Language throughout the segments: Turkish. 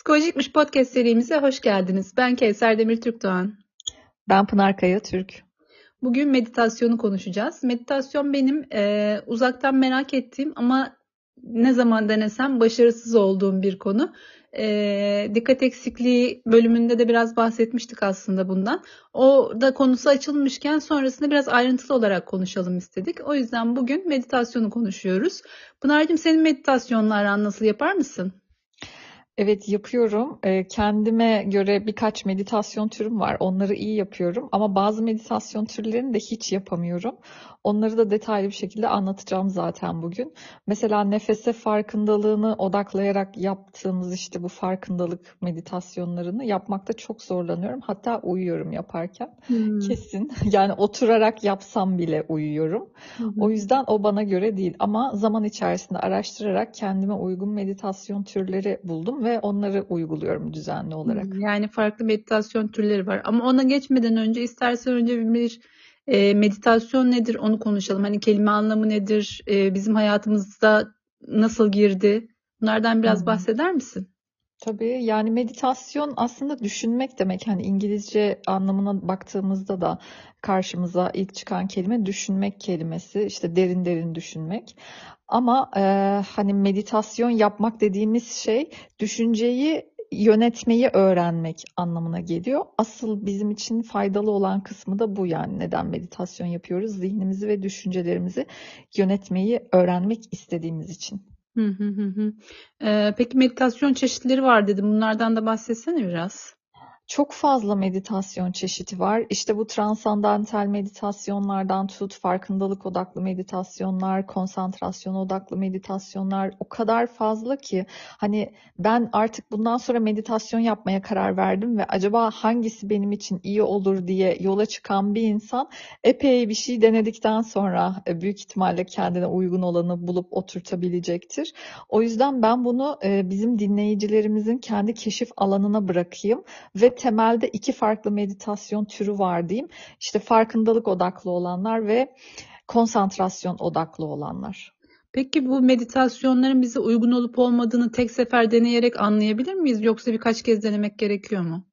Psikolojikmiş podcast serimize hoş geldiniz. Ben Kevser Demir Türkdoğan. Ben Pınar Kaya Türk. Bugün meditasyonu konuşacağız. Meditasyon benim uzaktan merak ettiğim ama ne zaman denesem başarısız olduğum bir konu. Dikkat eksikliği bölümünde de biraz bahsetmiştik aslında bundan. O da konusu açılmışken sonrasında biraz ayrıntılı olarak konuşalım istedik. O yüzden bugün meditasyonu konuşuyoruz. Pınar'cığım, senin meditasyonla aran nasıl, yapar mısın? Evet, yapıyorum. Kendime göre birkaç meditasyon türüm var. Onları iyi yapıyorum. Ama bazı meditasyon türlerini de hiç yapamıyorum. Onları da detaylı bir şekilde anlatacağım zaten bugün. Mesela nefese farkındalığını odaklayarak yaptığımız işte bu farkındalık meditasyonlarını yapmakta çok zorlanıyorum. Hatta uyuyorum yaparken. Kesin. Yani oturarak yapsam bile uyuyorum. O yüzden o bana göre değil. Ama zaman içerisinde araştırarak kendime uygun meditasyon türleri buldum ve onları uyguluyorum düzenli olarak. Yani farklı meditasyon türleri var. Ama ona geçmeden önce istersen önce bir meditasyon nedir onu konuşalım. Hani kelime anlamı nedir? Bizim hayatımızda nasıl girdi? Bunlardan biraz Hmm. bahseder misin? Tabii yani meditasyon aslında düşünmek demek. Hani İngilizce anlamına baktığımızda da karşımıza ilk çıkan kelime düşünmek kelimesi. İşte derin derin düşünmek. Ama hani meditasyon yapmak dediğimiz şey düşünceyi yönetmeyi öğrenmek anlamına geliyor. Asıl bizim için faydalı olan kısmı da bu, yani neden meditasyon yapıyoruz? Zihnimizi ve düşüncelerimizi yönetmeyi öğrenmek istediğimiz için. Hı hı hı hı. Peki meditasyon çeşitleri var dedim. Bunlardan da bahsetsene biraz. Çok fazla meditasyon çeşidi var. İşte bu transandantal meditasyonlardan tut, farkındalık odaklı meditasyonlar, konsantrasyon odaklı meditasyonlar o kadar fazla ki hani ben artık bundan sonra meditasyon yapmaya karar verdim ve acaba hangisi benim için iyi olur diye yola çıkan bir insan epey bir şey denedikten sonra büyük ihtimalle kendine uygun olanı bulup oturtabilecektir. O yüzden ben bunu bizim dinleyicilerimizin kendi keşif alanına bırakayım. Ve temelde iki farklı meditasyon türü var diyeyim. İşte farkındalık odaklı olanlar ve konsantrasyon odaklı olanlar. Peki bu meditasyonların bize uygun olup olmadığını tek sefer deneyerek anlayabilir miyiz? Yoksa birkaç kez denemek gerekiyor mu?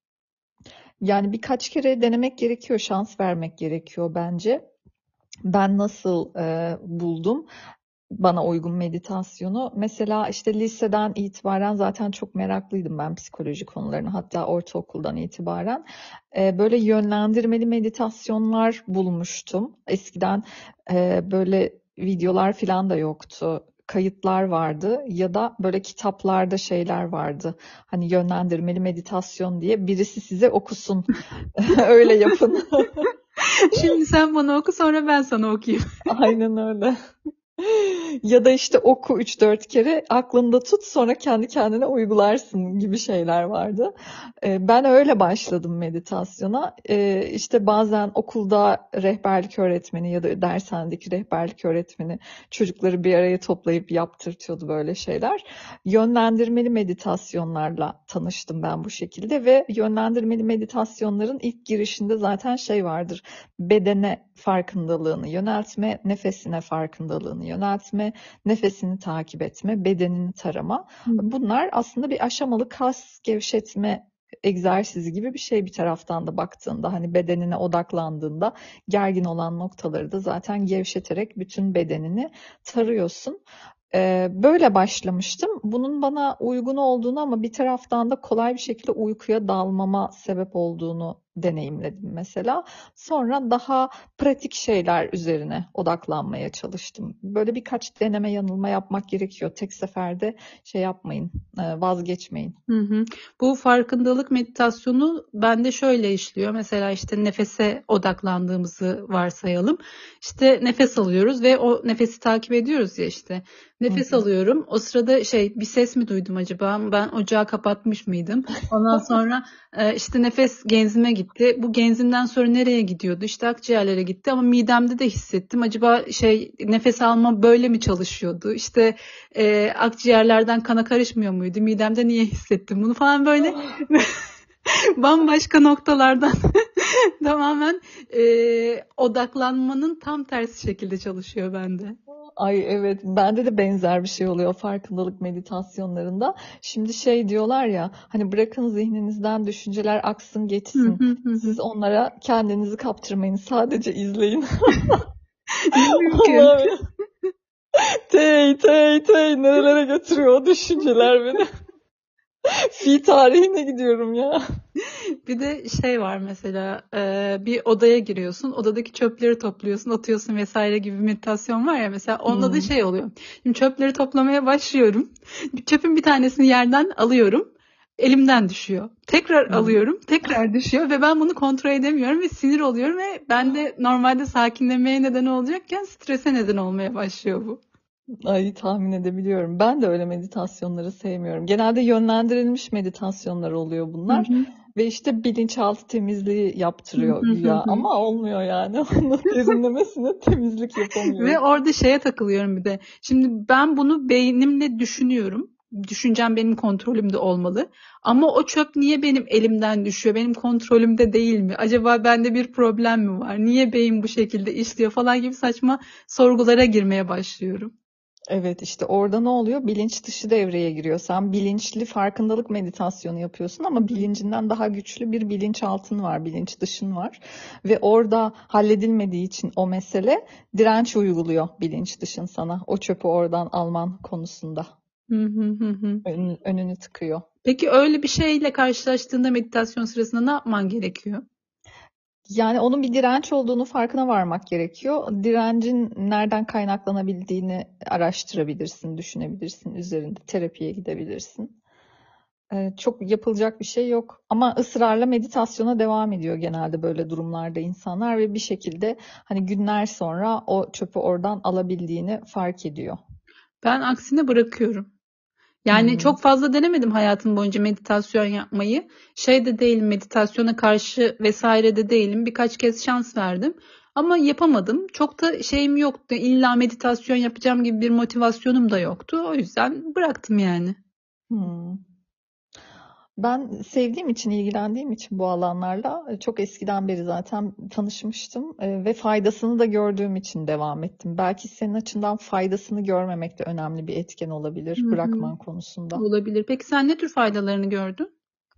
Yani birkaç kere denemek gerekiyor, şans vermek gerekiyor bence. Ben nasıl buldum bana uygun meditasyonu? Mesela işte liseden itibaren zaten çok meraklıydım ben psikoloji konularına. Hatta ortaokuldan itibaren böyle yönlendirmeli meditasyonlar bulmuştum. Eskiden böyle videolar falan da yoktu. Kayıtlar vardı ya da böyle kitaplarda şeyler vardı. Hani yönlendirmeli meditasyon diye birisi size okusun. Öyle yapın. Şimdi sen bana oku, sonra ben sana okuyayım. Aynen öyle. Ya da işte oku 3-4 kere aklında tut, sonra kendi kendine uygularsın gibi şeyler vardı. Ben öyle başladım meditasyona. İşte bazen okulda rehberlik öğretmeni ya da dershanedeki rehberlik öğretmeni çocukları bir araya toplayıp yaptırtıyordu böyle şeyler. Yönlendirmeli meditasyonlarla tanıştım ben bu şekilde ve yönlendirmeli meditasyonların ilk girişinde zaten şey vardır. Bedene farkındalığını yöneltme, nefesine farkındalığını yöneltme, nefesini takip etme, bedenini tarama. Bunlar aslında bir aşamalı kas gevşetme egzersizi gibi bir şey bir taraftan da baktığında. Hani bedenine odaklandığında gergin olan noktaları da zaten gevşeterek bütün bedenini tarıyorsun. Böyle başlamıştım. Bunun bana uygun olduğunu ama bir taraftan da kolay bir şekilde uykuya dalmama sebep olduğunu deneyimledim mesela. Sonra daha pratik şeyler üzerine odaklanmaya çalıştım. Böyle birkaç deneme yanılma yapmak gerekiyor. Tek seferde şey yapmayın, vazgeçmeyin. Hı hı. Bu farkındalık meditasyonu bende şöyle işliyor. Mesela işte nefese odaklandığımızı varsayalım. İşte nefes alıyoruz ve o nefesi takip ediyoruz ya işte. Hı Nefes hı. alıyorum. O sırada bir ses mi duydum acaba? Ben ocağı kapatmış mıydım? Ondan sonra işte nefes genzime gitti. Bu genzimden sonra nereye gidiyordu? İşte akciğerlere gitti ama midemde de hissettim. Acaba nefes alma böyle mi çalışıyordu? İşte akciğerlerden kana karışmıyor muydu? Midemde niye hissettim bunu falan böyle bambaşka noktalardan tamamen odaklanmanın tam tersi şekilde çalışıyor bende. Ay evet, bende de benzer bir şey oluyor farkındalık meditasyonlarında. Şimdi şey diyorlar ya, hani bırakın zihninizden düşünceler aksın Hı geçsin. hı hı hı. Siz onlara kendinizi kaptırmayın, sadece izleyin. Ne mümkün. Allah'ım ya. Tey tey tey nerelere götürüyor o düşünceler beni. Fi tarihine gidiyorum ya. Bir de şey var mesela bir odaya giriyorsun, odadaki çöpleri topluyorsun, atıyorsun vesaire gibi bir meditasyon var ya mesela onda da Hmm. şey oluyor. Şimdi çöpleri toplamaya başlıyorum. Çöpün bir tanesini yerden alıyorum. Elimden düşüyor. Tekrar Hmm. alıyorum, tekrar düşüyor ve ben bunu kontrol edemiyorum ve sinir oluyorum ve bende normalde sakinlemeye neden olacakken strese neden olmaya başlıyor bu. Ay tahmin edebiliyorum. Ben de öyle meditasyonları sevmiyorum. Genelde yönlendirilmiş meditasyonlar oluyor Hı bunlar. hı. Ve işte bilinçaltı temizliği Hı yaptırıyor hı hı güya. hı. Ama olmuyor yani. Onu derinlemesine temizlik Ve yapamıyoruz. orada şeye takılıyorum bir de. Şimdi ben bunu beynimle düşünüyorum. Düşüncem benim kontrolümde olmalı. Ama o çöp niye benim elimden düşüyor? Benim kontrolümde değil mi? Acaba bende bir problem mi var? Niye beyin bu şekilde işliyor falan gibi saçma sorgulara girmeye başlıyorum. Evet işte orada ne oluyor? Bilinç dışı devreye giriyor. Sen bilinçli farkındalık meditasyonu yapıyorsun Hı ama hı. bilincinden daha güçlü bir bilinçaltın var, bilinç dışın var. Ve orada halledilmediği için o mesele direnç uyguluyor bilinç dışın sana. O çöpü oradan alman konusunda Hı hı hı hı. önünü tıkıyor. Peki öyle bir şeyle karşılaştığında meditasyon sırasında ne yapman gerekiyor? Yani onun bir direnç olduğunu farkına varmak gerekiyor. Direncin nereden kaynaklanabildiğini araştırabilirsin, düşünebilirsin, üzerinde terapiye gidebilirsin. Çok yapılacak bir şey yok. Ama ısrarla meditasyona devam ediyor genelde böyle durumlarda insanlar ve bir şekilde hani günler sonra o çöpü oradan alabildiğini fark ediyor. Ben aksine bırakıyorum. Yani Hmm. çok fazla denemedim hayatım boyunca meditasyon yapmayı. Şey de değilim, meditasyona karşı vesaire de değilim. Birkaç kez şans verdim. Ama yapamadım. Çok da şeyim yoktu. İlla meditasyon yapacağım gibi bir motivasyonum da yoktu. O yüzden bıraktım yani. Hmm. Ben sevdiğim için, ilgilendiğim için bu alanlarla çok eskiden beri zaten tanışmıştım ve faydasını da gördüğüm için devam ettim. Belki senin açından faydasını görmemek de önemli bir etken olabilir Hı hı. bırakman konusunda. Olabilir. Peki sen ne tür faydalarını gördün?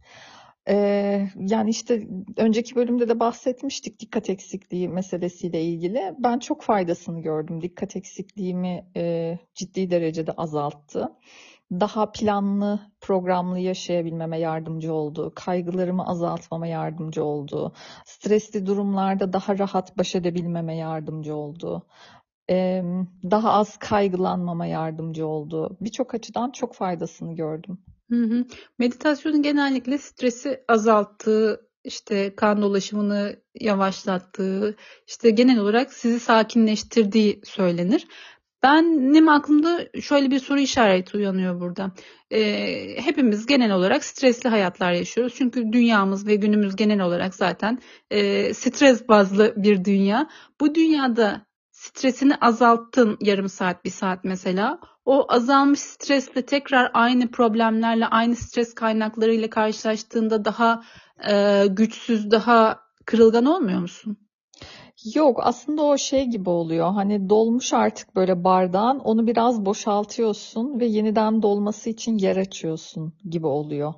Yani işte önceki bölümde de bahsetmiştik dikkat eksikliği meselesiyle ilgili. Ben çok faydasını gördüm. Dikkat eksikliğimi ciddi derecede azalttı. Daha planlı, programlı yaşayabilmeme yardımcı oldu. Kaygılarımı azaltmama yardımcı oldu. Stresli durumlarda daha rahat baş edebilmeme yardımcı oldu. Daha az kaygılanmama yardımcı oldu. Birçok açıdan çok faydasını gördüm. Hı hı. Meditasyonun genellikle stresi azalttığı, işte kan dolaşımını yavaşlattığı, işte genel olarak sizi sakinleştirdiği söylenir. Benim aklımda şöyle bir soru işareti uyanıyor burada. Hepimiz genel olarak stresli hayatlar yaşıyoruz. Çünkü dünyamız ve günümüz genel olarak zaten stres bazlı bir dünya. Bu dünyada stresini azalttın yarım saat, bir saat mesela. O azalmış stresle tekrar aynı problemlerle, aynı stres kaynaklarıyla karşılaştığında daha güçsüz, daha kırılgan olmuyor musun? Yok aslında o şey gibi oluyor. Hani dolmuş artık böyle bardağın onu biraz boşaltıyorsun ve yeniden dolması için yer açıyorsun gibi oluyor.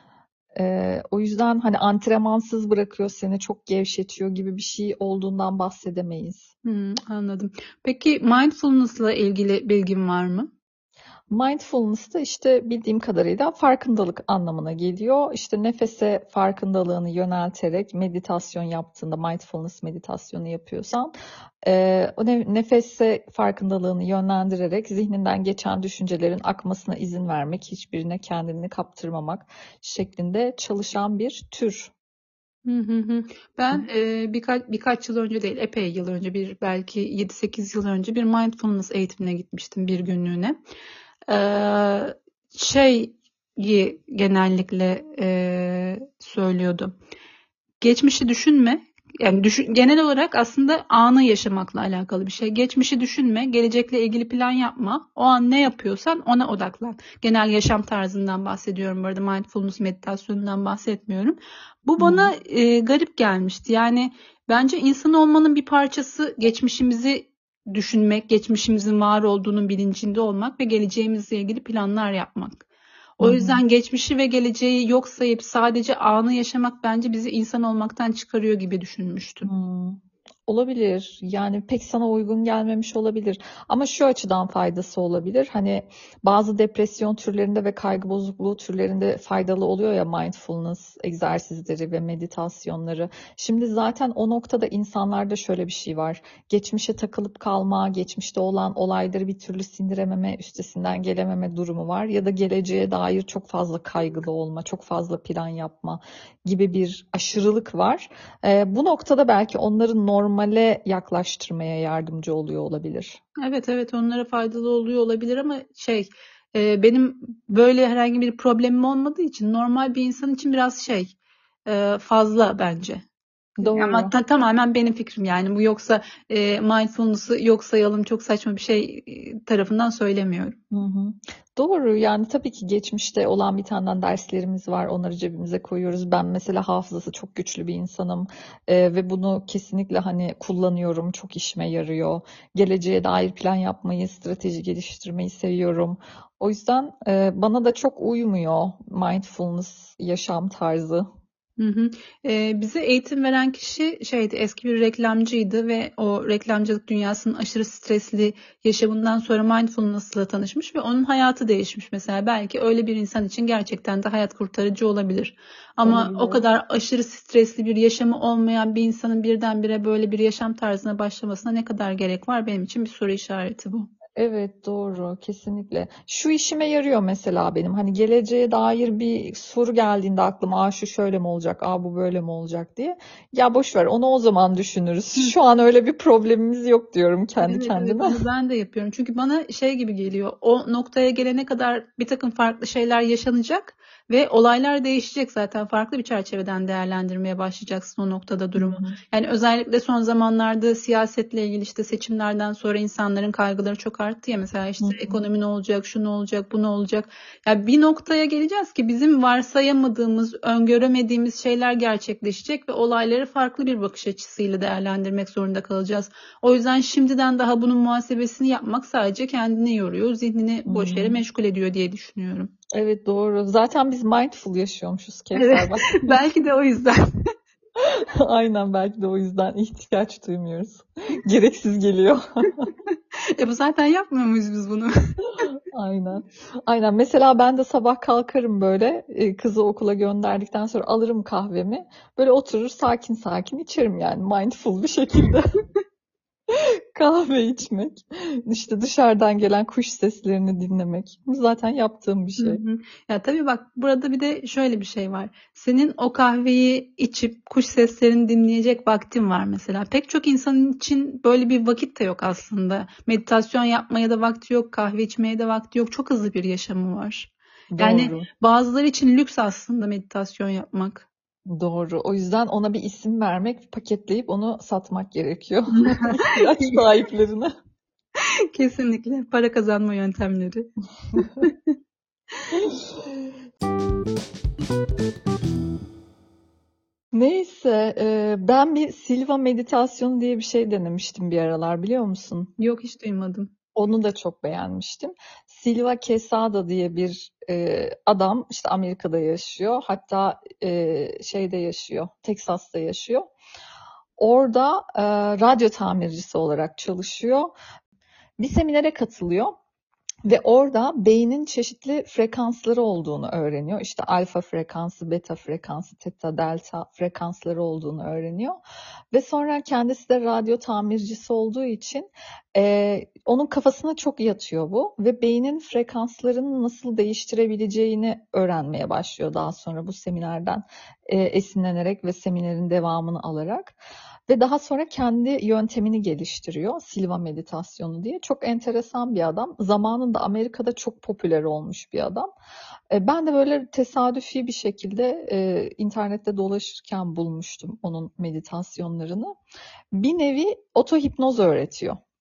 O yüzden hani antrenmansız bırakıyor seni çok gevşetiyor gibi bir şey olduğundan bahsedemeyiz. Anladım. Peki mindfulness'la ilgili bilgin var mı? Mindfulness da işte bildiğim kadarıyla farkındalık anlamına geliyor. İşte nefese farkındalığını yönelterek meditasyon yaptığında, mindfulness meditasyonu yapıyorsan, o nefese farkındalığını yönlendirerek zihninden geçen düşüncelerin akmasına izin vermek, hiçbirine kendini kaptırmamak şeklinde çalışan bir tür. Hı hı hı. Ben birkaç yıl önce değil, epey yıl önce, bir belki 7-8 yıl önce bir mindfulness eğitimine gitmiştim bir günlüğüne. Ee, şeyi genellikle söylüyordu. Geçmişi düşünme. Yani genel olarak aslında anı yaşamakla alakalı bir şey. Geçmişi düşünme, gelecekle ilgili plan yapma. O an ne yapıyorsan ona odaklan. Genel yaşam tarzından bahsediyorum bu arada. Mindfulness meditasyonundan bahsetmiyorum. Bu Hı hı. bana garip gelmişti. Yani bence insan olmanın bir parçası geçmişimizi düşünmek, geçmişimizin var olduğunun bilincinde olmak ve geleceğimizle ilgili planlar yapmak. Hı O hı. yüzden geçmişi ve geleceği yok sayıp sadece anı yaşamak bence bizi insan olmaktan çıkarıyor gibi düşünmüştüm. Hmm. Olabilir. Yani pek sana uygun gelmemiş olabilir. Ama şu açıdan faydası olabilir. Hani bazı depresyon türlerinde ve kaygı bozukluğu türlerinde faydalı oluyor ya mindfulness egzersizleri ve meditasyonları. Şimdi zaten o noktada insanlarda şöyle bir şey var. Geçmişe takılıp kalma, geçmişte olan olayları bir türlü sindirememe, üstesinden gelememe durumu var. Ya da geleceğe dair çok fazla kaygılı olma, çok fazla plan yapma gibi bir aşırılık var. Bu noktada belki onları normale yaklaştırmaya yardımcı oluyor olabilir. Evet, evet, onlara faydalı oluyor olabilir ama benim böyle herhangi bir problemim olmadığı için normal bir insan için biraz fazla bence. Ama Doğru. tamamen benim fikrim yani bu yoksa mindfulness'ı yok sayalım çok saçma bir tarafından söylemiyorum. Hı hı. Doğru, yani tabii ki geçmişte olan bir tane derslerimiz var, onları cebimize koyuyoruz. Ben mesela hafızası çok güçlü bir insanım. Ve bunu kesinlikle hani kullanıyorum, çok işime yarıyor. Geleceğe dair plan yapmayı, strateji geliştirmeyi seviyorum. O yüzden bana da çok uymuyor mindfulness yaşam tarzı. Hı hı. Bize eğitim veren kişi eski bir reklamcıydı ve o reklamcılık dünyasının aşırı stresli yaşamından sonra mindfulness'la tanışmış ve onun hayatı değişmiş mesela. Belki öyle bir insan için gerçekten de hayat kurtarıcı olabilir. Ama o Olabilir. kadar aşırı stresli bir yaşamı olmayan bir insanın birdenbire böyle bir yaşam tarzına başlamasına ne kadar gerek var? Benim için bir soru işareti bu. Evet, doğru, kesinlikle. Şu işime yarıyor mesela benim. Hani geleceğe dair bir soru geldiğinde aklıma, şu şöyle mi olacak, bu böyle mi olacak diye. Ya boş ver, onu o zaman düşünürüz. Şu an öyle bir problemimiz yok diyorum kendi Evet, evet, kendime. onu ben de yapıyorum. Çünkü bana gibi geliyor. O noktaya gelene kadar bir takım farklı şeyler yaşanacak ve olaylar değişecek zaten. Farklı bir çerçeveden değerlendirmeye başlayacaksın o noktada Hı durumu. hı, Yani özellikle son zamanlarda siyasetle ilgili seçimlerden sonra insanların kaygıları çok arttı ya. Mesela hı hı, ekonomi ne olacak, şu ne olacak, bu ne olacak. Ya bir noktaya geleceğiz ki bizim varsayamadığımız, öngöremediğimiz şeyler gerçekleşecek ve olayları farklı bir bakış açısıyla değerlendirmek zorunda kalacağız. O yüzden şimdiden daha bunun muhasebesini yapmak sadece kendini yoruyor, zihnini hı boş yere hı. meşgul ediyor diye düşünüyorum. Evet, doğru. Zaten biz mindful yaşıyormuşuz Evet, Kevser, bak. belki de o yüzden. Aynen, belki de o yüzden ihtiyaç duymuyoruz. Gereksiz geliyor. Bu zaten yapmıyor muyuz biz bunu? Aynen. Aynen. Mesela ben de sabah kalkarım böyle, kızı okula gönderdikten sonra alırım kahvemi. Böyle oturur sakin sakin içerim yani mindful bir şekilde kahve içmek. İşte dışarıdan gelen kuş seslerini dinlemek. Zaten yaptığım bir Hı şey. hı. Ya tabii bak burada bir de şöyle bir şey var. Senin o kahveyi içip kuş seslerini dinleyecek vaktin var mesela. Pek çok insanın için böyle bir vakit de yok aslında. Meditasyon yapmaya da vakti yok, kahve içmeye de vakti yok. Çok hızlı bir yaşamı var. Yani Doğru. bazıları için lüks aslında meditasyon yapmak. Doğru. O yüzden ona bir isim vermek, paketleyip onu satmak gerekiyor. İhtiyaç sahiplerine. Kesinlikle para kazanma yöntemleri. Neyse, ben bir Silva meditasyonu diye bir şey denemiştim bir aralar, biliyor musun? Yok, hiç duymadım. Onu da çok beğenmiştim. Silva Quesada diye bir adam, işte Amerika'da yaşıyor. Hatta şeyde yaşıyor, Teksas'ta yaşıyor. Orada radyo tamircisi olarak çalışıyor. Bir seminere katılıyor. Ve orada beynin çeşitli frekansları olduğunu öğreniyor. İşte alfa frekansı, beta frekansı, teta, delta frekansları olduğunu öğreniyor. Ve sonra kendisi de radyo tamircisi olduğu için onun kafasına çok yatıyor bu. Ve beynin frekanslarını nasıl değiştirebileceğini öğrenmeye başlıyor daha sonra bu seminerden esinlenerek ve seminerin devamını alarak. Ve daha sonra kendi yöntemini geliştiriyor. Silva meditasyonu diye. Çok enteresan bir adam. Zamanında Amerika'da çok popüler olmuş bir adam. Ben de böyle tesadüfi bir şekilde internette dolaşırken bulmuştum onun meditasyonlarını. Bir nevi otohipnoz öğretiyor.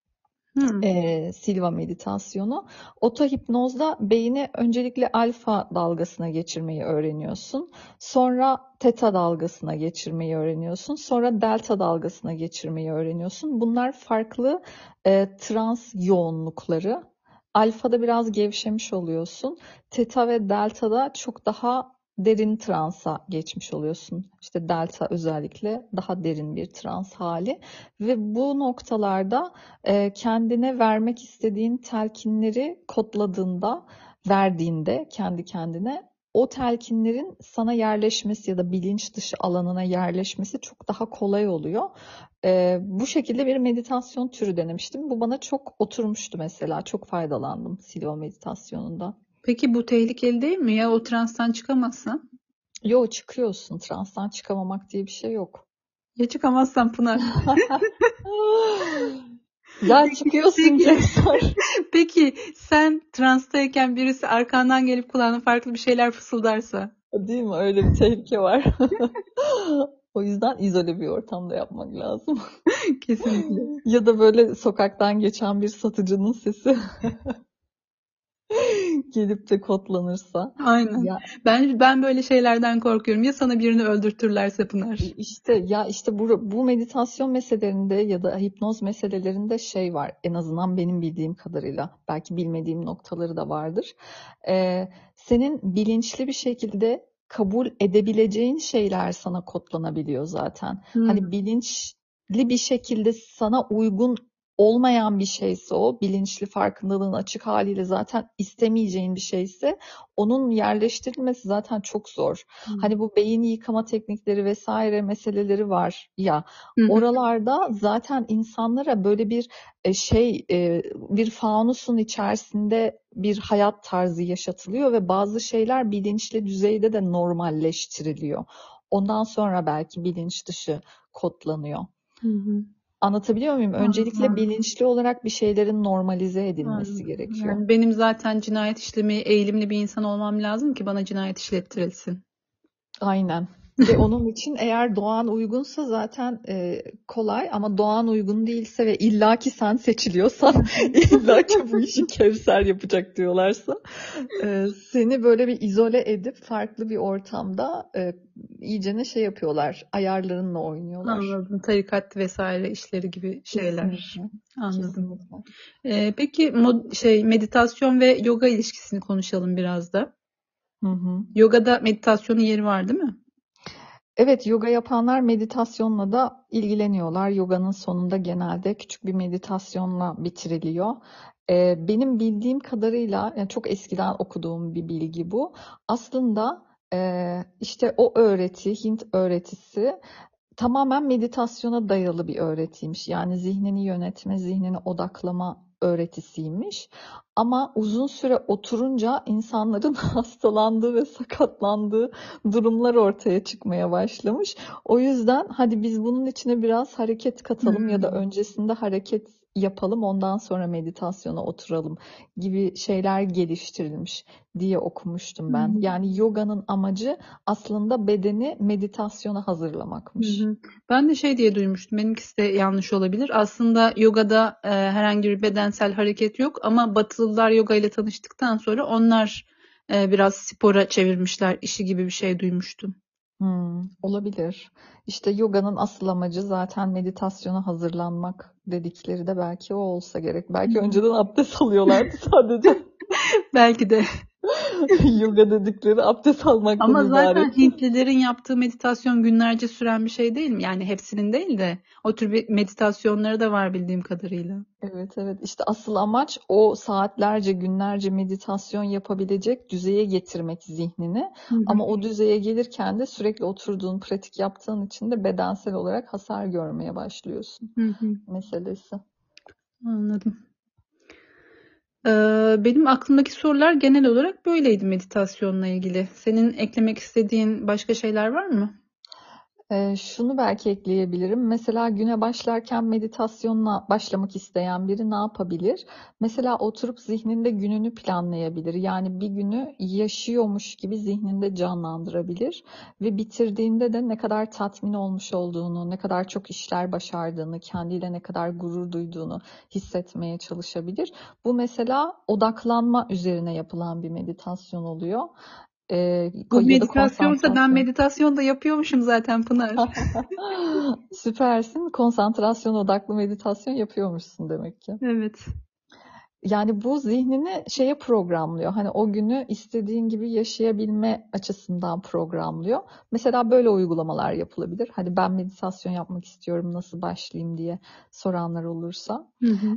Hmm. Silva meditasyonu. Otohipnozda beyni öncelikle alfa dalgasına geçirmeyi öğreniyorsun. Sonra teta dalgasına geçirmeyi öğreniyorsun. Sonra delta dalgasına geçirmeyi öğreniyorsun. Bunlar farklı trans yoğunlukları. Alfada biraz gevşemiş oluyorsun. Teta ve deltada çok daha derin transa geçmiş oluyorsun. İşte delta özellikle daha derin bir trans hali. Ve bu noktalarda kendine vermek istediğin telkinleri kodladığında, verdiğinde kendi kendine o telkinlerin sana yerleşmesi ya da bilinç dışı alanına yerleşmesi çok daha kolay oluyor. Bu şekilde bir meditasyon türü denemiştim. Bu bana çok oturmuştu mesela. Çok faydalandım Silva meditasyonunda. Peki bu tehlikeli değil mi ya, o transtan çıkamazsan? Yo, çıkıyorsun. Transtan çıkamamak diye bir şey yok. Ya çıkamazsan Pınar? Ya Peki, çıkıyorsun peki, Kevser. peki sen transtayken birisi arkandan gelip kulağına farklı bir şeyler fısıldarsa? Değil mi? Öyle bir tehlike var. O yüzden izole bir ortamda yapmak lazım. Kesinlikle. Ya da böyle sokaktan geçen bir satıcının sesi gelip de kodlanırsa. Aynen. Ya Ben böyle şeylerden korkuyorum. Ya sana birini öldürtürlerse Pınar? işte bu meditasyon meselelerinde ya da hipnoz meselelerinde şey var. En azından benim bildiğim kadarıyla. Belki bilmediğim noktaları da vardır. Senin bilinçli bir şekilde kabul edebileceğin şeyler sana kodlanabiliyor zaten. Hmm. Hani bilinçli bir şekilde sana uygun olmayan bir şeyse, o bilinçli farkındalığın açık haliyle zaten istemeyeceğin bir şeyse onun yerleştirilmesi zaten çok zor. Hani bu beyin yıkama teknikleri vesaire meseleleri var ya, Hı hı. oralarda zaten insanlara böyle bir bir fanusun içerisinde bir hayat tarzı yaşatılıyor ve bazı şeyler bilinçli düzeyde de normalleştiriliyor. Ondan sonra belki bilinç dışı kodlanıyor. Hı hı. Anlatabiliyor muyum? Öncelikle Anladım. bilinçli olarak bir şeylerin normalize edilmesi Anladım. gerekiyor. Yani benim zaten cinayet işlemeye eğilimli bir insan olmam lazım ki bana cinayet işlettirilsin. Aynen. Ve onun için eğer doğan uygunsa zaten kolay, ama doğan uygun değilse ve illaki sen seçiliyorsan illaki bu işi Kevser yapacak diyorlarsa seni böyle bir izole edip farklı bir ortamda iyicene şey yapıyorlar. Ayarlarınla oynuyorlar. Anladım. Tarikat vesaire işleri gibi şeyler. Kesinlikle. Anladım. Kesinlikle. Peki meditasyon ve yoga ilişkisini konuşalım biraz da. Hı hı. Yogada meditasyonun yeri var değil mi? Evet, yoga yapanlar meditasyonla da ilgileniyorlar. Yoganın sonunda genelde küçük bir meditasyonla bitiriliyor. Benim bildiğim kadarıyla, yani çok eskiden okuduğum bir bilgi bu. Aslında işte o öğreti, Hint öğretisi tamamen meditasyona dayalı bir öğretiymiş. Yani zihnini yönetme, zihnini odaklama öğretisiymiş. Ama uzun süre oturunca insanların hastalandığı ve sakatlandığı durumlar ortaya çıkmaya başlamış. O yüzden hadi biz bunun içine biraz hareket katalım ya da Hmm. öncesinde hareket yapalım, ondan sonra meditasyona oturalım gibi şeyler geliştirilmiş diye okumuştum ben. Hmm. Yani yoganın amacı aslında bedeni meditasyona Hı hazırlamakmış. hı. Ben de şey diye duymuştum. Benimkisi de yanlış olabilir. Aslında yogada herhangi bir bedensel hareket yok ama Batılılar yoga ile tanıştıktan sonra onlar biraz spora çevirmişler işi gibi bir şey duymuştum. Olabilir. İşte yoganın asıl amacı zaten meditasyona hazırlanmak dedikleri de belki o olsa gerek. Hı Belki hı. önceden abdest alıyorlardı sadece. Belki de. Yoga dedikleri abdest almaktan Ama zaten ibaret. Hintlilerin yaptığı meditasyon günlerce süren bir şey değil mi? Yani hepsinin değil de o tür bir meditasyonları da var bildiğim kadarıyla. Evet, evet, işte asıl amaç o saatlerce günlerce meditasyon yapabilecek düzeye getirmek zihnini. Hı hı. Ama o düzeye gelirken de sürekli oturduğun, pratik yaptığın için de bedensel olarak hasar görmeye başlıyorsun Hı hı. meselesi. Anladım. Benim aklımdaki sorular genel olarak böyleydi meditasyonla ilgili. Senin eklemek istediğin başka şeyler var mı? Şunu belki ekleyebilirim. Mesela güne başlarken meditasyonla başlamak isteyen biri ne yapabilir? Mesela oturup zihninde gününü planlayabilir. Yani bir günü yaşıyormuş gibi zihninde canlandırabilir ve bitirdiğinde de ne kadar tatmin olmuş olduğunu, ne kadar çok işler başardığını, kendiyle ne kadar gurur duyduğunu hissetmeye çalışabilir. Bu mesela odaklanma üzerine yapılan bir meditasyon oluyor. Bu Ya da meditasyonsa ben konsantrasyon. meditasyon da yapıyormuşum zaten Pınar. Süpersin. Konsantrasyon odaklı meditasyon yapıyormuşsun demek ki. Evet. Yani bu zihnini şeye programlıyor. Hani o günü istediğin gibi yaşayabilme açısından programlıyor. Mesela böyle uygulamalar yapılabilir. Hani ben meditasyon yapmak istiyorum, nasıl başlayayım diye soranlar olursa. Hı hı.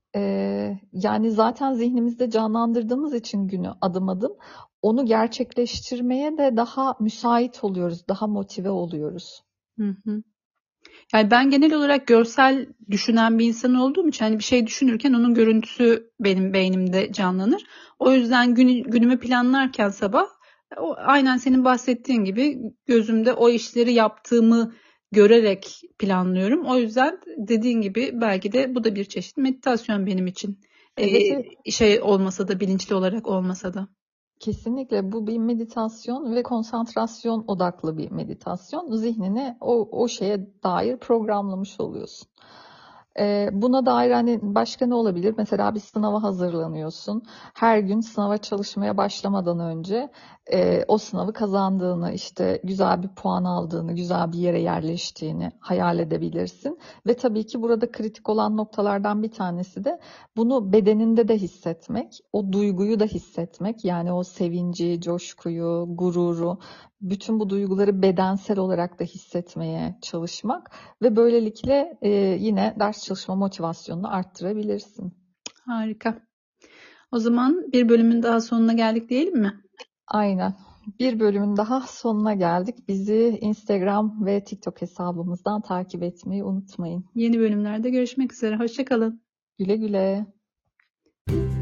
Yani zaten zihnimizde canlandırdığımız için günü adım adım onu gerçekleştirmeye de daha müsait oluyoruz, daha motive oluyoruz. Hı hı. Yani ben genel olarak görsel düşünen bir insan olduğum için hani bir şey düşünürken onun görüntüsü benim beynimde canlanır. O yüzden günümü planlarken sabah aynen senin bahsettiğin gibi gözümde o işleri yaptığımı görerek planlıyorum. O yüzden dediğin gibi belki de bu da bir çeşit meditasyon benim için. Evet, evet. Şey olmasa da bilinçli olarak olmasa da. Kesinlikle bu bir meditasyon ve konsantrasyon odaklı bir meditasyon. Zihnini o şeye dair programlamış oluyorsun. Buna dair hani başka ne olabilir? Mesela bir sınava hazırlanıyorsun. Her gün sınava çalışmaya başlamadan önce o sınavı kazandığını, işte güzel bir puan aldığını, güzel bir yere yerleştiğini hayal edebilirsin. Ve tabii ki burada kritik olan noktalardan bir tanesi de bunu bedeninde de hissetmek, o duyguyu da hissetmek, yani o sevinci, coşkuyu, gururu, bütün bu duyguları bedensel olarak da hissetmeye çalışmak ve böylelikle yine ders çalışma motivasyonunu arttırabilirsin. Harika. O zaman bir bölümün daha sonuna geldik diyelim mi? Aynen. Bir bölümün daha sonuna geldik. Bizi Instagram ve TikTok hesabımızdan takip etmeyi unutmayın. Yeni bölümlerde görüşmek üzere. Hoşça kalın. Güle güle.